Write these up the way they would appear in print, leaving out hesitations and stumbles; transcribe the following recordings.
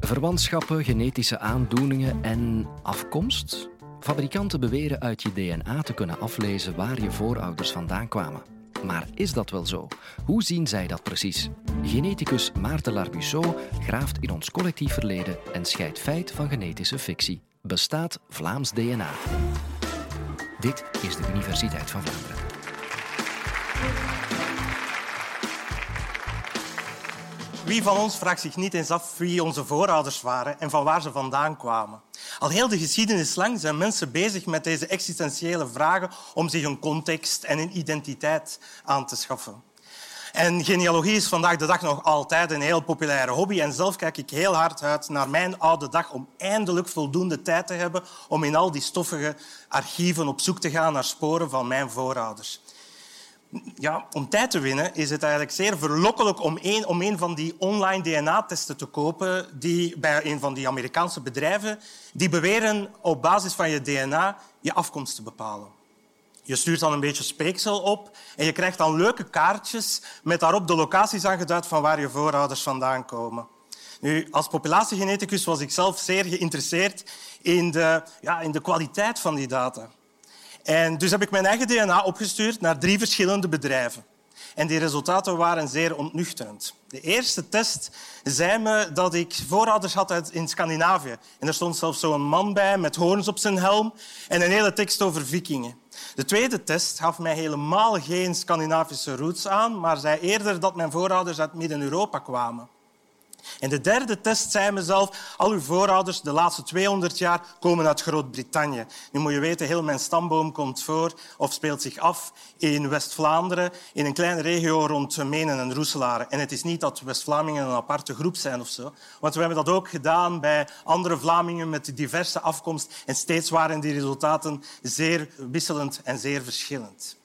Verwantschappen, genetische aandoeningen en afkomst? Fabrikanten beweren uit je DNA te kunnen aflezen waar je voorouders vandaan kwamen. Maar is dat wel zo? Hoe zien zij dat precies? Geneticus Maarten Larbussot graaft in ons collectief verleden en scheidt feit van genetische fictie. Bestaat Vlaams DNA? Dit is de Universiteit van Vlaanderen. Wie van ons vraagt zich niet eens af wie onze voorouders waren en van waar ze vandaan kwamen? Al heel de geschiedenis lang zijn mensen bezig met deze existentiële vragen om zich een context en een identiteit aan te schaffen. En genealogie is vandaag de dag nog altijd een heel populaire hobby. En zelf kijk ik heel hard uit naar mijn oude dag om eindelijk voldoende tijd te hebben om in al die stoffige archieven op zoek te gaan naar sporen van mijn voorouders. Ja, om tijd te winnen is het eigenlijk zeer verlokkelijk om een van die online DNA-testen te kopen die bij een van die Amerikaanse bedrijven die beweren op basis van je DNA je afkomst te bepalen. Je stuurt dan een beetje speeksel op en je krijgt dan leuke kaartjes met daarop de locaties aangeduid van waar je voorouders vandaan komen. Nu, als populatiegeneticus was ik zelf zeer geïnteresseerd in de kwaliteit van die data. En dus heb ik mijn eigen DNA opgestuurd naar 3 verschillende bedrijven. En die resultaten waren zeer ontnuchterend. De eerste test zei me dat ik voorouders had in Scandinavië. En er stond zelfs zo'n man bij met hoorns op zijn helm en een hele tekst over vikingen. De tweede test gaf mij helemaal geen Scandinavische roots aan, maar zei eerder dat mijn voorouders uit Midden-Europa kwamen. En de derde test zei mezelf, al uw voorouders de laatste 200 jaar komen uit Groot-Brittannië. Nu moet je weten, heel mijn stamboom komt voor of speelt zich af in West-Vlaanderen, in een kleine regio rond Menen en Roeselare. En het is niet dat West-Vlamingen een aparte groep zijn of zo, want we hebben dat ook gedaan bij andere Vlamingen met diverse afkomst en steeds waren die resultaten zeer wisselend en zeer verschillend.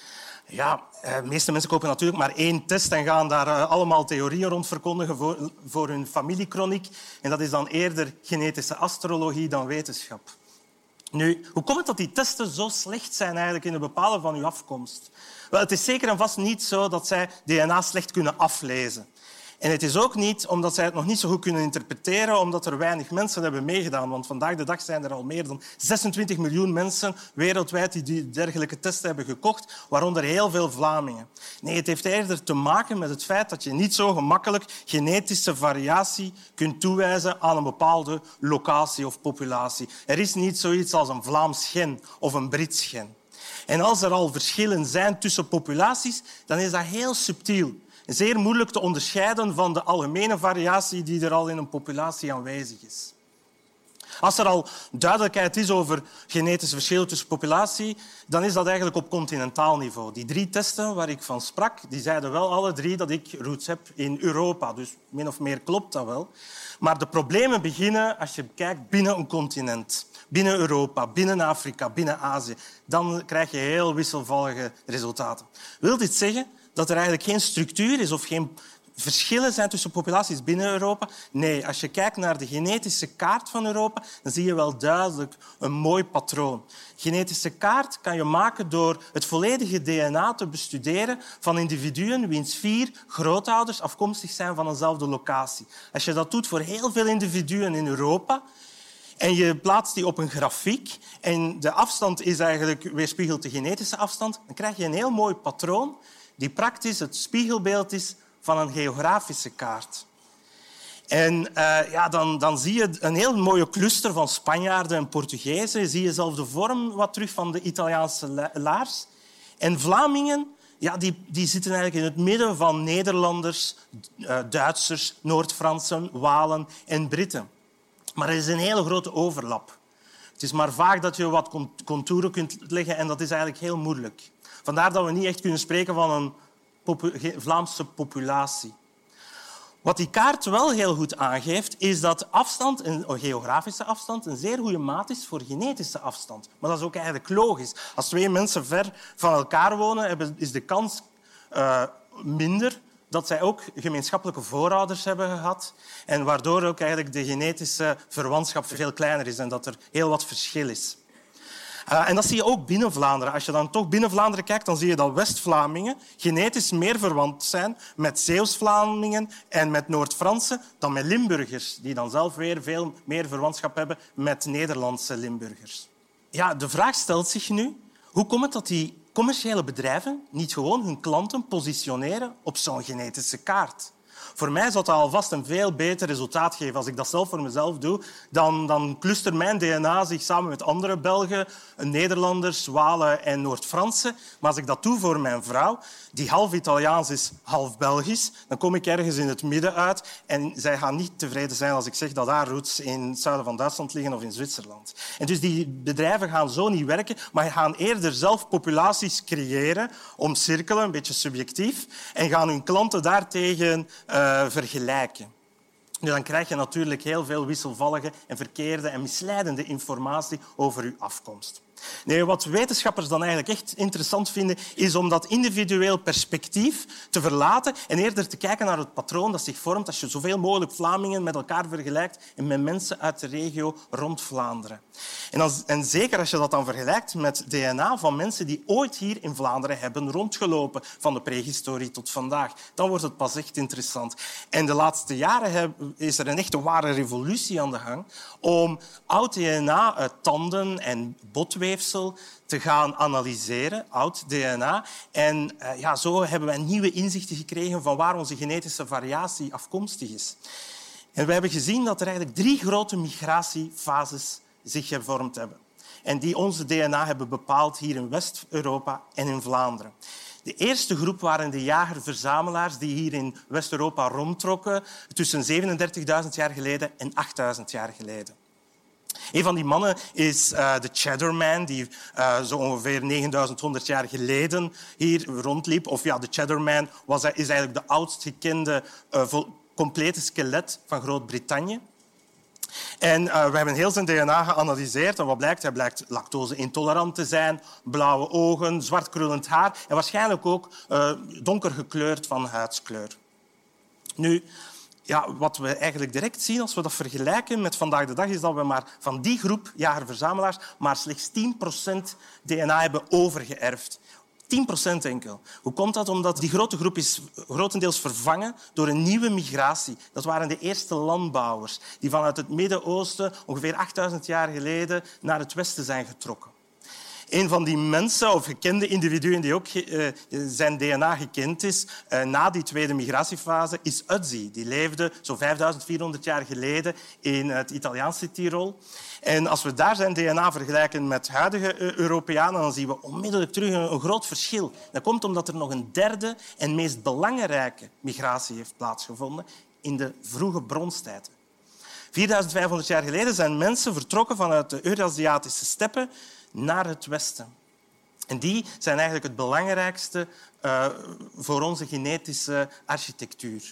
Ja, de meeste mensen kopen natuurlijk maar 1 test en gaan daar allemaal theorieën rond verkondigen voor hun familiekroniek. En dat is dan eerder genetische astrologie dan wetenschap. Nu, hoe komt het dat die testen zo slecht zijn eigenlijk in het bepalen van uw afkomst? Wel, het is zeker en vast niet zo dat zij DNA slecht kunnen aflezen. En het is ook niet omdat zij het nog niet zo goed kunnen interpreteren, omdat er weinig mensen hebben meegedaan. Want vandaag de dag zijn er al meer dan 26 miljoen mensen wereldwijd die dergelijke testen hebben gekocht, waaronder heel veel Vlamingen. Nee, het heeft eerder te maken met het feit dat je niet zo gemakkelijk genetische variatie kunt toewijzen aan een bepaalde locatie of populatie. Er is niet zoiets als een Vlaams gen of een Brits gen. En als er al verschillen zijn tussen populaties, dan is dat heel subtiel. Zeer moeilijk te onderscheiden van de algemene variatie die er al in een populatie aanwezig is. Als er al duidelijkheid is over genetische verschillen tussen populatie, dan is dat eigenlijk op continentaal niveau. Die 3 testen waar ik van sprak, die zeiden wel alle 3 dat ik roots heb in Europa. Dus min of meer klopt dat wel. Maar de problemen beginnen als je kijkt binnen een continent. Binnen Europa, binnen Afrika, binnen Azië. Dan krijg je heel wisselvallige resultaten. Wil dit zeggen dat er eigenlijk geen structuur is of geen verschillen zijn tussen populaties binnen Europa? Nee, als je kijkt naar de genetische kaart van Europa, dan zie je wel duidelijk een mooi patroon. Genetische kaart kan je maken door het volledige DNA te bestuderen van individuen wiens 4 grootouders afkomstig zijn van eenzelfde locatie. Als je dat doet voor heel veel individuen in Europa en je plaatst die op een grafiek en de afstand is eigenlijk weerspiegelt de genetische afstand, dan krijg je een heel mooi patroon die praktisch het spiegelbeeld is van een geografische kaart. En dan zie je een heel mooie cluster van Spanjaarden en Portugezen. Zie je zelfs de vorm wat terug van de Italiaanse laars. En Vlamingen die zitten eigenlijk in het midden van Nederlanders, Duitsers, Noord-Fransen, Walen en Britten. Maar er is een hele grote overlap. Het is maar vaak dat je wat contouren kunt leggen en dat is eigenlijk heel moeilijk. Vandaar dat we niet echt kunnen spreken van een Vlaamse populatie. Wat die kaart wel heel goed aangeeft, is dat afstand, een geografische afstand, een zeer goede maat is voor genetische afstand. Maar dat is ook eigenlijk logisch. Als 2 mensen ver van elkaar wonen, is de kans minder dat zij ook gemeenschappelijke voorouders hebben gehad en waardoor ook eigenlijk de genetische verwantschap veel kleiner is en dat er heel wat verschil is. En dat zie je ook binnen Vlaanderen. Als je dan toch binnen Vlaanderen kijkt, dan zie je dat West-Vlamingen genetisch meer verwant zijn met Zeeuws-Vlamingen en met Noord-Fransen dan met Limburgers, die dan zelf weer veel meer verwantschap hebben met Nederlandse Limburgers. Ja, de vraag stelt zich nu, hoe komt het dat die commerciële bedrijven niet gewoon hun klanten positioneren op zo'n genetische kaart? Voor mij zou dat alvast een veel beter resultaat geven. Als ik dat zelf voor mezelf doe, dan clustert mijn DNA zich samen met andere Belgen, Nederlanders, Walen en Noord-Fransen. Maar als ik dat doe voor mijn vrouw, die half Italiaans is, half Belgisch, dan kom ik ergens in het midden uit. En zij gaan niet tevreden zijn als ik zeg dat haar roots in het zuiden van Duitsland liggen of in Zwitserland. En dus die bedrijven gaan zo niet werken, maar gaan eerder zelf populaties creëren, omcirkelen, een beetje subjectief, en gaan hun klanten daartegen vergelijken. Nu, dan krijg je natuurlijk heel veel wisselvallige en verkeerde en misleidende informatie over je afkomst. Nee, wat wetenschappers dan eigenlijk echt interessant vinden, is om dat individueel perspectief te verlaten en eerder te kijken naar het patroon dat zich vormt als je zoveel mogelijk Vlamingen met elkaar vergelijkt en met mensen uit de regio rond Vlaanderen. En zeker als je dat dan vergelijkt met DNA van mensen die ooit hier in Vlaanderen hebben rondgelopen, van de prehistorie tot vandaag, dan wordt het pas echt interessant. En de laatste jaren is er een echte ware revolutie aan de gang om oud DNA uit tanden en botweefsel te gaan analyseren, oud DNA. En zo hebben wij nieuwe inzichten gekregen van waar onze genetische variatie afkomstig is. En we hebben gezien dat er eigenlijk 3 grote migratiefases zich gevormd hebben. En die onze DNA hebben bepaald hier in West-Europa en in Vlaanderen. De eerste groep waren de jager-verzamelaars die hier in West-Europa rondtrokken tussen 37.000 jaar geleden en 8.000 jaar geleden. Een van die mannen is de Cheddar Man, die zo ongeveer 9100 jaar geleden hier rondliep. Of ja, de Cheddar Man is eigenlijk de oudst gekende complete skelet van Groot-Brittannië. En we hebben heel zijn DNA geanalyseerd. En wat blijkt? Hij blijkt lactose-intolerant te zijn, blauwe ogen, zwart krullend haar en waarschijnlijk ook donker gekleurd van huidskleur. Nu, ja, wat we eigenlijk direct zien als we dat vergelijken met vandaag de dag, is dat we maar van die groep jager-verzamelaars maar slechts 10% DNA hebben overgeërfd. 10% enkel. Hoe komt dat? Omdat die grote groep is grotendeels vervangen door een nieuwe migratie. Dat waren de eerste landbouwers die vanuit het Midden-Oosten ongeveer 8000 jaar geleden naar het westen zijn getrokken. Een van die mensen of gekende individuen die ook zijn DNA gekend is na die tweede migratiefase is Ötzi. Die leefde zo'n 5400 jaar geleden in het Italiaanse Tirol. En als we daar zijn DNA vergelijken met huidige Europeanen, dan zien we onmiddellijk terug een groot verschil. Dat komt omdat er nog een derde en meest belangrijke migratie heeft plaatsgevonden in de vroege bronstijden. 4500 jaar geleden zijn mensen vertrokken vanuit de Eurasiatische steppen naar het westen. En die zijn eigenlijk het belangrijkste voor onze genetische architectuur.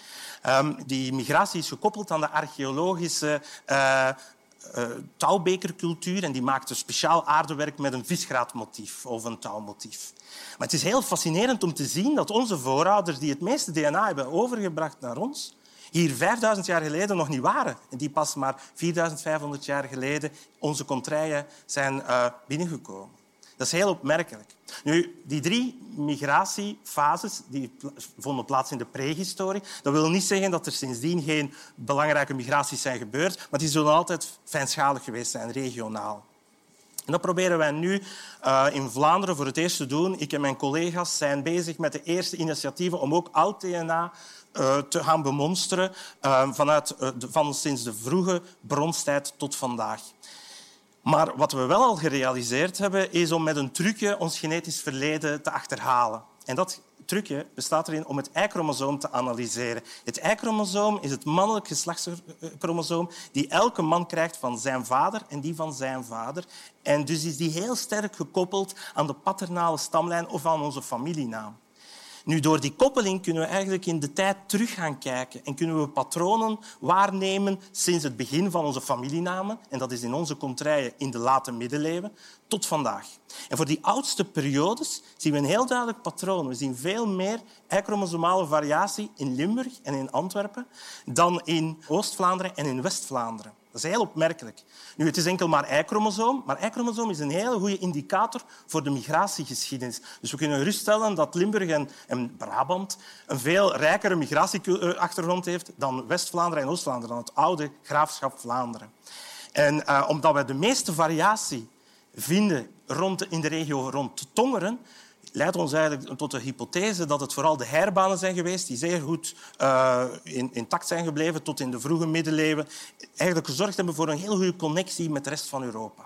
Die migratie is gekoppeld aan de archeologische touwbekercultuur en die maakte speciaal aardewerk met een visgraatmotief of een touwmotief. Maar het is heel fascinerend om te zien dat onze voorouders die het meeste DNA hebben overgebracht naar ons, hier 5000 jaar geleden nog niet waren. En die pas maar 4500 jaar geleden onze contraien zijn binnengekomen. Dat is heel opmerkelijk. Nu, die 3 migratiefases die vonden plaats in de prehistorie. Dat wil niet zeggen dat er sindsdien geen belangrijke migraties zijn gebeurd, maar die zullen altijd fijnschalig geweest zijn, regionaal. En dat proberen wij nu in Vlaanderen voor het eerst te doen. Ik en mijn collega's zijn bezig met de eerste initiatieven om ook oud DNA te gaan bemonsteren van sinds de vroege bronstijd tot vandaag. Maar wat we wel al gerealiseerd hebben, is om met een trucje ons genetisch verleden te achterhalen. En dat trucje bestaat erin om het Y-chromosoom te analyseren. Het Y-chromosoom is het mannelijk geslachtschromosoom die elke man krijgt van zijn vader en die van zijn vader. En dus is die heel sterk gekoppeld aan de paternale stamlijn of aan onze familienaam. Nu, door die koppeling kunnen we eigenlijk in de tijd terug gaan kijken en kunnen we patronen waarnemen sinds het begin van onze familienamen, en dat is in onze contraien in de late middeleeuwen, tot vandaag. En voor die oudste periodes zien we een heel duidelijk patroon. We zien veel meer Y-chromosomale variatie in Limburg en in Antwerpen dan in Oost-Vlaanderen en in West-Vlaanderen. Dat is heel opmerkelijk. Nu, het is enkel maar Y-chromosoom, maar Y-chromosoom is een hele goede indicator voor de migratiegeschiedenis. Dus we kunnen geruststellen dat Limburg en Brabant een veel rijkere migratieachtergrond heeft dan West-Vlaanderen en Oost-Vlaanderen, dan het oude graafschap Vlaanderen. En omdat we de meeste variatie vinden in de regio rond Tongeren, leidt ons eigenlijk tot de hypothese dat het vooral de heirbanen zijn geweest die zeer goed intact zijn gebleven tot in de vroege middeleeuwen. Eigenlijk gezorgd hebben voor een heel goede connectie met de rest van Europa.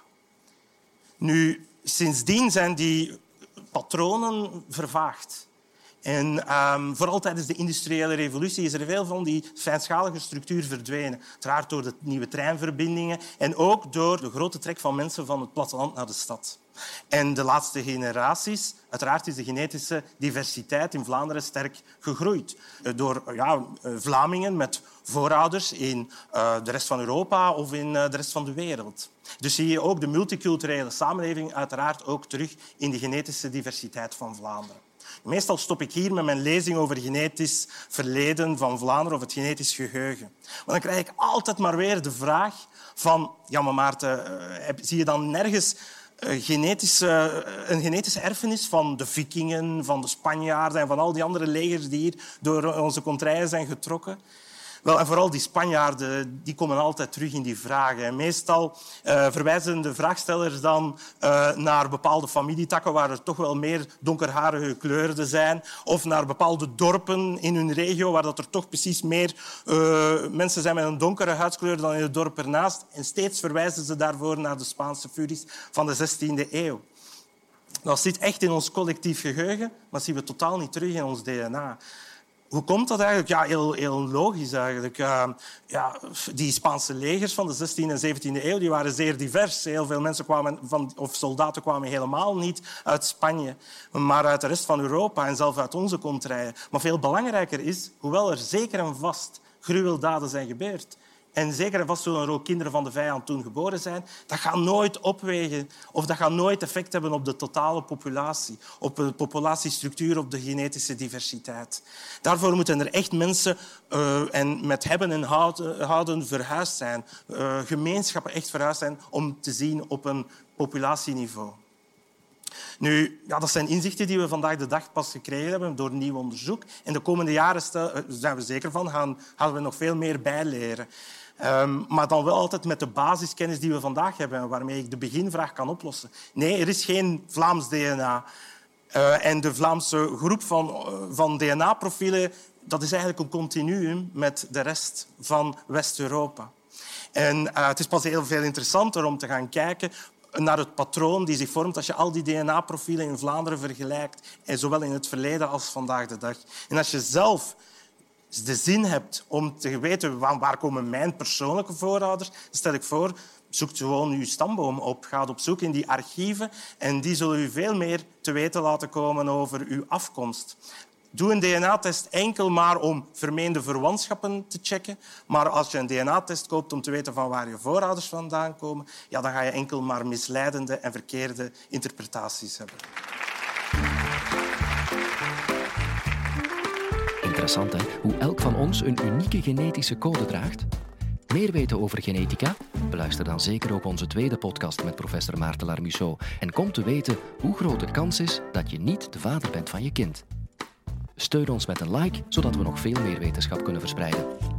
Nu, sindsdien zijn die patronen vervaagd. En vooral tijdens de industriële revolutie is er veel van die fijnschalige structuur verdwenen. Uiteraard door de nieuwe treinverbindingen en ook door de grote trek van mensen van het platteland naar de stad. En de laatste generaties, uiteraard is de genetische diversiteit in Vlaanderen sterk gegroeid. Door Vlamingen met voorouders in de rest van Europa of in de rest van de wereld. Dus zie je ook de multiculturele samenleving uiteraard ook terug in de genetische diversiteit van Vlaanderen. Meestal stop ik hier met mijn lezing over genetisch verleden van Vlaanderen of het genetisch geheugen. Maar dan krijg ik altijd maar weer de vraag van... Ja, maar Maarten, zie je dan nergens een genetische erfenis van de Vikingen, van de Spanjaarden en van al die andere legers die hier door onze contraien zijn getrokken? Wel, en vooral die Spanjaarden die komen altijd terug in die vragen. En meestal verwijzen de vraagstellers dan naar bepaalde familietakken waar er toch wel meer donkerharige gekleurden zijn, of naar bepaalde dorpen in hun regio waar dat er toch precies meer mensen zijn met een donkere huidskleur dan in het dorp ernaast. En steeds verwijzen ze daarvoor naar de Spaanse furies van de 16e eeuw. Dat zit echt in ons collectief geheugen, maar dat zien we totaal niet terug in ons DNA. Hoe komt dat eigenlijk? Ja, heel logisch eigenlijk. Die Spaanse legers van de 16e en 17e eeuw die waren zeer divers. Heel veel mensen soldaten kwamen helemaal niet uit Spanje, maar uit de rest van Europa en zelfs uit onze contraien. Maar veel belangrijker is, hoewel er zeker en vast gruweldaden zijn gebeurd, en zeker en vast zullen er ook kinderen van de vijand toen geboren zijn, dat gaat nooit opwegen of dat gaat nooit effect hebben op de totale populatie, op de populatiestructuur, op de genetische diversiteit. Daarvoor moeten er echt mensen met hebben en houden verhuisd zijn, gemeenschappen echt verhuisd zijn om te zien op een populatieniveau. Nu, dat zijn inzichten die we vandaag de dag pas gekregen hebben door nieuw onderzoek. En de komende jaren, zijn we zeker van, gaan we nog veel meer bijleren. Maar dan wel altijd met de basiskennis die we vandaag hebben en waarmee ik de beginvraag kan oplossen. Nee, er is geen Vlaams DNA. En de Vlaamse groep van DNA-profielen, dat is eigenlijk een continuum met de rest van West-Europa. En het is pas heel veel interessanter om te gaan kijken naar het patroon die zich vormt als je al die DNA-profielen in Vlaanderen vergelijkt, en zowel in het verleden als vandaag de dag. En als je zelf de zin hebt om te weten waar komen mijn persoonlijke voorouders, dan stel ik voor, zoek gewoon uw stamboom op. Ga op zoek in die archieven en die zullen u veel meer te weten laten komen over uw afkomst. Doe een DNA-test enkel maar om vermeende verwantschappen te checken. Maar als je een DNA-test koopt om te weten van waar je voorouders vandaan komen, dan ga je enkel maar misleidende en verkeerde interpretaties hebben. Interessant, hè? Hoe elk van ons een unieke genetische code draagt. Meer weten over genetica? Beluister dan zeker ook onze tweede podcast met professor Maarten Larmuseau en kom te weten hoe groot de kans is dat je niet de vader bent van je kind. Steun ons met een like, zodat we nog veel meer wetenschap kunnen verspreiden.